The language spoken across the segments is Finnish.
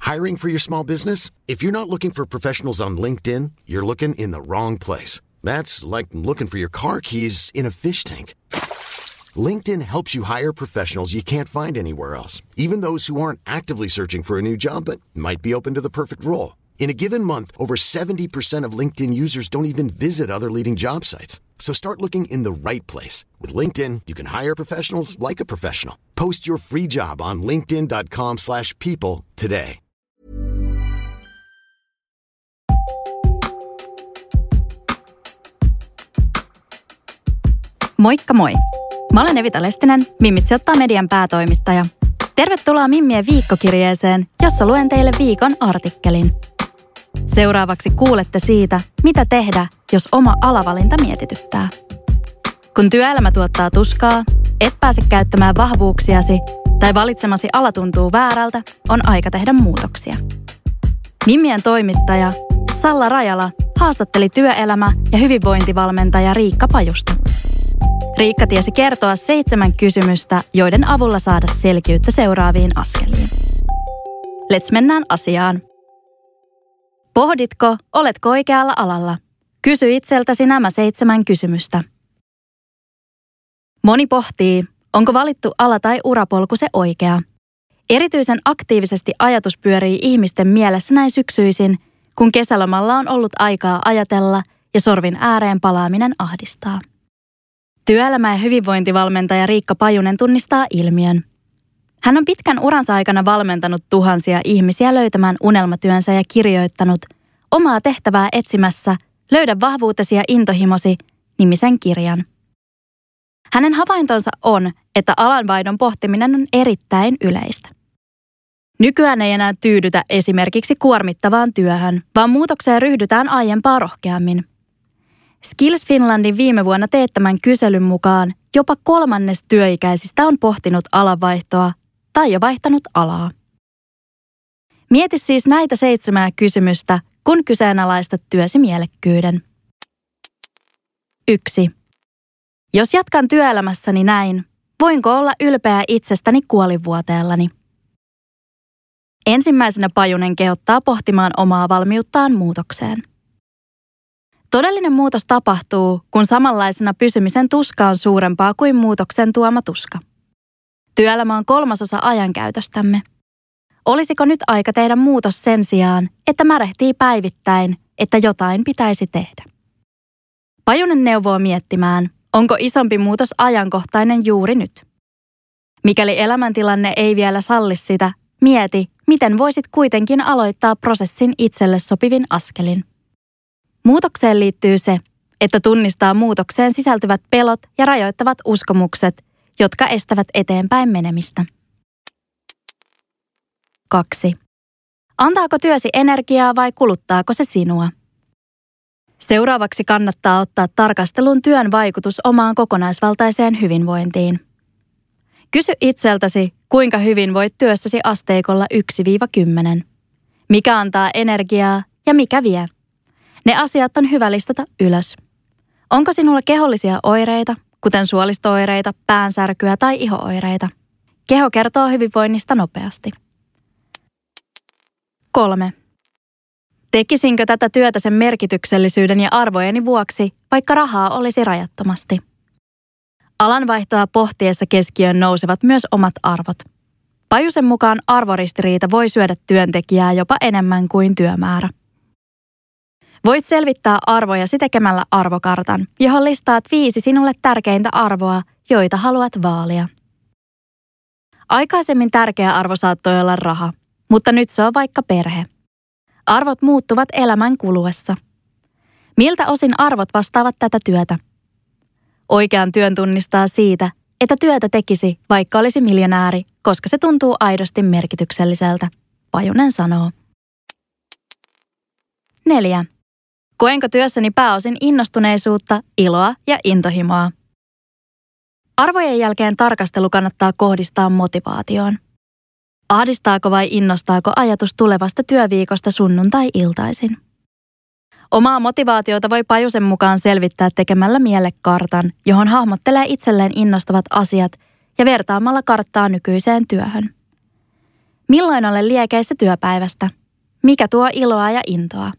Hiring for your small business? If you're not looking for professionals on LinkedIn, you're looking in the wrong place. That's like looking for your car keys in a fish tank. LinkedIn helps you hire professionals you can't find anywhere else, even those who aren't actively searching for a new job but might be open to the perfect role. In a given month, over 70% of LinkedIn users don't even visit other leading job sites. So start looking in the right place. With LinkedIn, you can hire professionals like a professional. Post your free job on linkedin.com/people today. Moikka moi! Mä olen Evita Lestinen, Mimmit sijoittaa median päätoimittaja. Tervetuloa Mimmien viikkokirjeeseen, jossa luen teille viikon artikkelin. Seuraavaksi kuulette siitä, mitä tehdä, jos oma alavalinta mietityttää. Kun työelämä tuottaa tuskaa, et pääse käyttämään vahvuuksiasi tai valitsemasi ala tuntuu väärältä, on aika tehdä muutoksia. Mimmien toimittaja Salla Rajala haastatteli työelämä- ja hyvinvointivalmentaja Riikka Pajusta. Riikka tiesi kertoa 7 kysymystä, joiden avulla saada selkeyttä seuraaviin askeliin. Let's mennään asiaan. Pohditko, oletko oikealla alalla? Kysy itseltäsi nämä 7 kysymystä. Moni pohtii, onko valittu ala tai urapolku se oikea. Erityisen aktiivisesti ajatus pyörii ihmisten mielessä näin syksyisin, kun kesälomalla on ollut aikaa ajatella ja sorvin ääreen palaaminen ahdistaa. Työelämä- ja hyvinvointivalmentaja Riikka Pajunen tunnistaa ilmiön. Hän on pitkän uransa aikana valmentanut tuhansia ihmisiä löytämään unelmatyönsä ja kirjoittanut Omaa tehtävää etsimässä, löydä vahvuutesi ja intohimosi -nimisen kirjan. Hänen havaintonsa on, että alanvaihdon pohtiminen on erittäin yleistä. Nykyään ei enää tyydytä esimerkiksi kuormittavaan työhön, vaan muutokseen ryhdytään aiempaa rohkeammin. Skills Finlandin viime vuonna teettämän kyselyn mukaan jopa 1/3 työikäisistä on pohtinut alanvaihtoa tai jo vaihtanut alaa. Mieti siis näitä 7 kysymystä, kun kyseenalaistat työsi mielekkyyden. 1. Jos jatkan työelämässäni näin, voinko olla ylpeä itsestäni kuolinvuoteellani? Ensimmäisenä Pajunen kehottaa pohtimaan omaa valmiuttaan muutokseen. Todellinen muutos tapahtuu, kun samanlaisena pysymisen tuska on suurempaa kuin muutoksen tuoma tuska. Työelämä on 1/3 ajankäytöstämme. Olisiko nyt aika tehdä muutos sen sijaan, että märehtii päivittäin, että jotain pitäisi tehdä? Pajunen neuvoo miettimään, onko isompi muutos ajankohtainen juuri nyt. Mikäli elämäntilanne ei vielä salli sitä, mieti, miten voisit kuitenkin aloittaa prosessin itselle sopivin askelin. Muutokseen liittyy se, että tunnistaa muutokseen sisältyvät pelot ja rajoittavat uskomukset, jotka estävät eteenpäin menemistä. 2. Antaako työsi energiaa vai kuluttaako se sinua? Seuraavaksi kannattaa ottaa tarkasteluun työn vaikutus omaan kokonaisvaltaiseen hyvinvointiin. Kysy itseltäsi, kuinka hyvin voit työssäsi asteikolla 1-10. Mikä antaa energiaa ja mikä vie? Ne asiat on hyvä listata ylös. Onko sinulla kehollisia oireita, kuten suolisto-oireita, päänsärkyä tai iho-oireita? Keho kertoo hyvinvoinnista nopeasti. 3. Tekisinkö tätä työtä sen merkityksellisyyden ja arvojeni vuoksi, vaikka rahaa olisi rajattomasti? Alanvaihtoa pohtiessa keskiöön nousevat myös omat arvot. Pajusen mukaan arvoristiriita voi syödä työntekijää jopa enemmän kuin työmäärä. Voit selvittää arvojasi tekemällä arvokartan, johon listaat 5 sinulle tärkeintä arvoa, joita haluat vaalia. Aikaisemmin tärkeä arvo saattoi olla raha, mutta nyt se on vaikka perhe. Arvot muuttuvat elämän kuluessa. Miltä osin arvot vastaavat tätä työtä? Oikean työn tunnistaa siitä, että työtä tekisi, vaikka olisi miljonääri, koska se tuntuu aidosti merkitykselliseltä, Pajunen sanoo. 4. Koenko työssäni pääosin innostuneisuutta, iloa ja intohimoa? Arvojen jälkeen tarkastelu kannattaa kohdistaa motivaatioon. Ahdistaako vai innostaako ajatus tulevasta työviikosta sunnuntai-iltaisin? Omaa motivaatiota voi Pajusen mukaan selvittää tekemällä mielekartan, johon hahmottelee itselleen innostavat asiat ja vertaamalla karttaa nykyiseen työhön. Milloin olen liekeissä työpäivästä? Mikä tuo iloa ja intoa?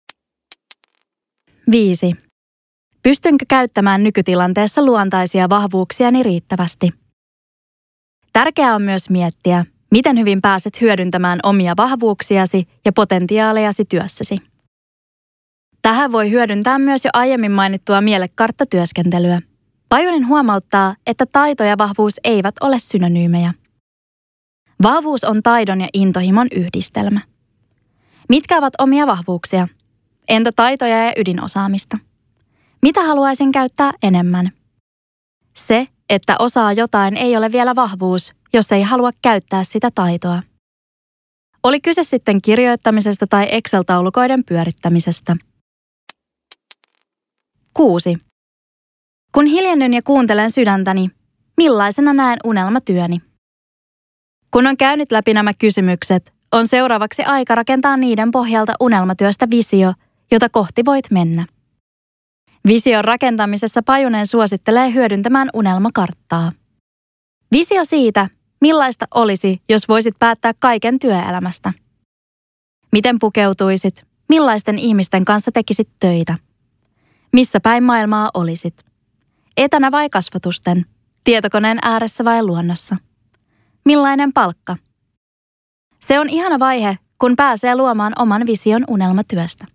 5. Pystynkö käyttämään nykytilanteessa luontaisia vahvuuksiani riittävästi? Tärkeää on myös miettiä, miten hyvin pääset hyödyntämään omia vahvuuksiasi ja potentiaalejasi työssäsi. Tähän voi hyödyntää myös jo aiemmin mainittua mielekarttatyöskentelyä. Pajunen huomauttaa, että taito ja vahvuus eivät ole synonyymejä. Vahvuus on taidon ja intohimon yhdistelmä. Mitkä ovat omia vahvuuksia? Entä taitoja ja ydinosaamista? Mitä haluaisin käyttää enemmän? Se, että osaa jotain, ei ole vielä vahvuus, jos ei halua käyttää sitä taitoa. Oli kyse sitten kirjoittamisesta tai Excel-taulukoiden pyörittämisestä. 6. Kun hiljennyn ja kuuntelen sydäntäni, millaisena näen unelmatyöni? Kun on käynyt läpi nämä kysymykset, on seuraavaksi aika rakentaa niiden pohjalta unelmatyöstä visio, jota kohti voit mennä. Vision rakentamisessa Pajunen suosittelee hyödyntämään unelmakarttaa. Visio siitä, millaista olisi, jos voisit päättää kaiken työelämästä. Miten pukeutuisit, millaisten ihmisten kanssa tekisit töitä. Missä päin maailmaa olisit. Etänä vai kasvotusten, tietokoneen ääressä vai luonnossa. Millainen palkka? Se on ihana vaihe, kun pääsee luomaan oman vision unelmatyöstä.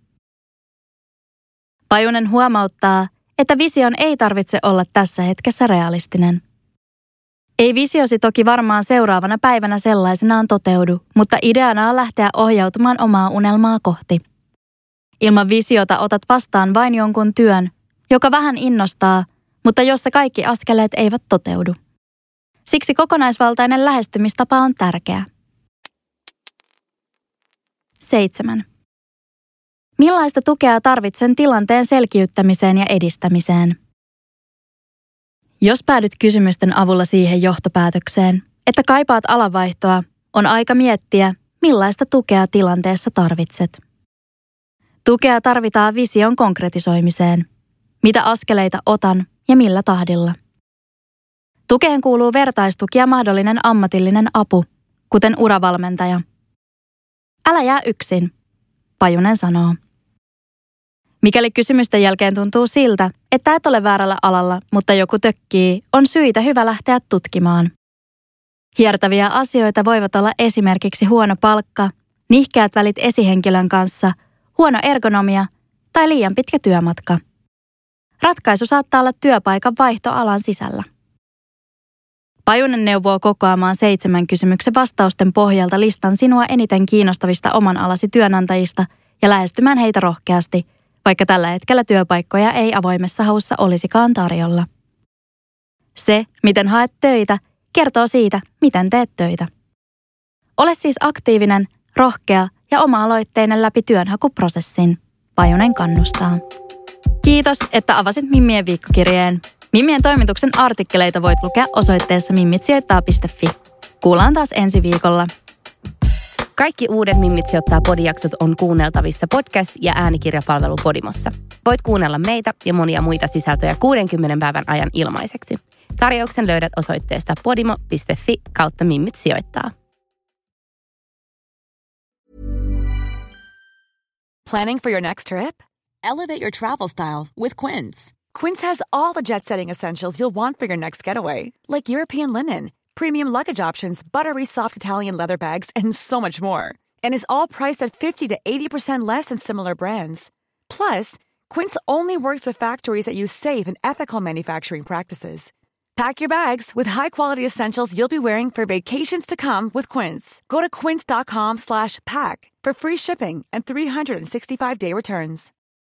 Pajunen huomauttaa, että vision ei tarvitse olla tässä hetkessä realistinen. Ei visiosi toki varmaan seuraavana päivänä sellaisenaan toteudu, mutta ideana on lähteä ohjautumaan omaa unelmaa kohti. Ilman visiota otat vastaan vain jonkun työn, joka vähän innostaa, mutta jossa kaikki askeleet eivät toteudu. Siksi kokonaisvaltainen lähestymistapa on tärkeä. 7. Millaista tukea tarvitsen tilanteen selkiyttämiseen ja edistämiseen? Jos päädyt kysymysten avulla siihen johtopäätökseen, että kaipaat alanvaihtoa, on aika miettiä, millaista tukea tilanteessa tarvitset. Tukea tarvitaan vision konkretisoimiseen. Mitä askeleita otan ja millä tahdilla? Tukeen kuuluu vertaistuki ja mahdollinen ammatillinen apu, kuten uravalmentaja. Älä jää yksin, Pajunen sanoo. Mikäli kysymysten jälkeen tuntuu siltä, että et ole väärällä alalla, mutta joku tökkii, on syitä hyvä lähteä tutkimaan. Hiertäviä asioita voivat olla esimerkiksi huono palkka, nihkeät välit esihenkilön kanssa, huono ergonomia tai liian pitkä työmatka. Ratkaisu saattaa olla työpaikan vaihto alan sisällä. Pajunen neuvoo kokoamaan 7 kysymyksen vastausten pohjalta listan sinua eniten kiinnostavista oman alasi työnantajista ja lähestymään heitä rohkeasti, vaikka tällä hetkellä työpaikkoja ei avoimessa haussa olisikaan tarjolla. Se, miten haet töitä, kertoo siitä, miten teet töitä. Ole siis aktiivinen, rohkea ja oma-aloitteinen läpi työnhakuprosessin. Pajunen kannustaa. Kiitos, että avasit Mimmien viikkokirjeen. Mimmien toimituksen artikkeleita voit lukea osoitteessa mimmitsijoittaa.fi. Kuullaan taas ensi viikolla. Kaikki uudet Mimmit sijoittaa -podijaksot on kuunneltavissa podcast- ja äänikirjapalvelu Podimossa. Voit kuunnella meitä ja monia muita sisältöjä 60 päivän ajan ilmaiseksi. Tarjouksen löydät osoitteesta podimo.fi/Mimmit sijoittaa. Planning for your next trip? Elevate your travel style with Quince. Quince has all the jet-setting essentials you'll want for your next getaway, like European linen, premium luggage options, buttery soft Italian leather bags, and so much more. And is all priced at 50 to 80% less than similar brands. Plus, Quince only works with factories that use safe and ethical manufacturing practices. Pack your bags with high-quality essentials you'll be wearing for vacations to come with Quince. Go to quince.com/pack for free shipping and 365-day returns.